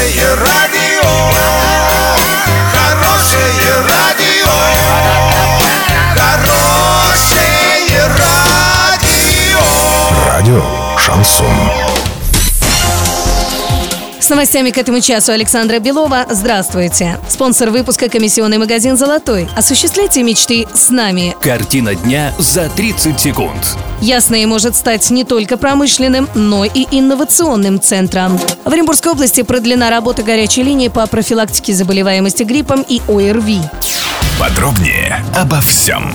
Хорошее радио, хорошее радио, хорошее радио. Радио «Шансон». С новостями к этому часу Александра Белова. Здравствуйте. Спонсор выпуска — комиссионный магазин «Золотой». Осуществляйте мечты с нами. Картина дня за 30 секунд. Ясное может стать не только промышленным, но и инновационным центром. В Оренбургской области продлена работа горячей линии по профилактике заболеваемости гриппом и ОРВИ. Подробнее обо всем.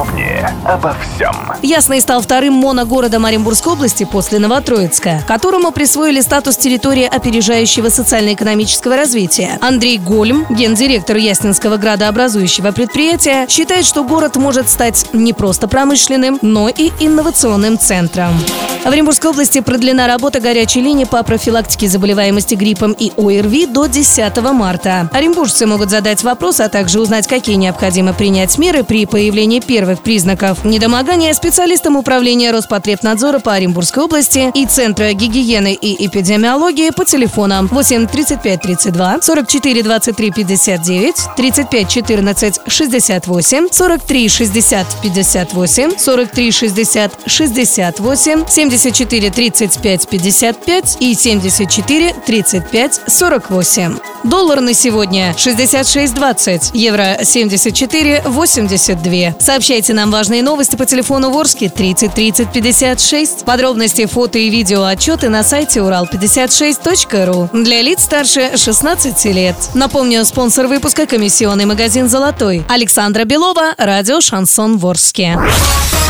Ясный стал вторым моногородом Оренбургской области после Новотроицка, которому присвоили статус территории опережающего социально-экономического развития. Андрей Гольм, гендиректор Яснинского градообразующего предприятия, считает, что город может стать не просто промышленным, но и инновационным центром. В Оренбургской области продлена работа горячей линии по профилактике заболеваемости гриппом и ОРВИ до 10 марта. Оренбуржцы могут задать вопросы, а также узнать, какие необходимо принять меры при появлении первых признаков недомогания специалистам управления Роспотребнадзора по Оренбургской области и Центра гигиены и эпидемиологии по телефонам 8 35 32 44 23 59, 35 14 68, 43 60 58, 43 60 68, 74 35 55 и 74 35 48. Доллар на сегодня 66.20, евро 74.82. Сообщайте нам важные новости по телефону Ворске 30 30 56. Подробности, фото и видео отчеты на сайте урал56.ру. Для лиц старше 16 лет. Напомню, спонсор выпуска — комиссионный магазин «Золотой». Александра Белова, радио «Шансон» Ворске.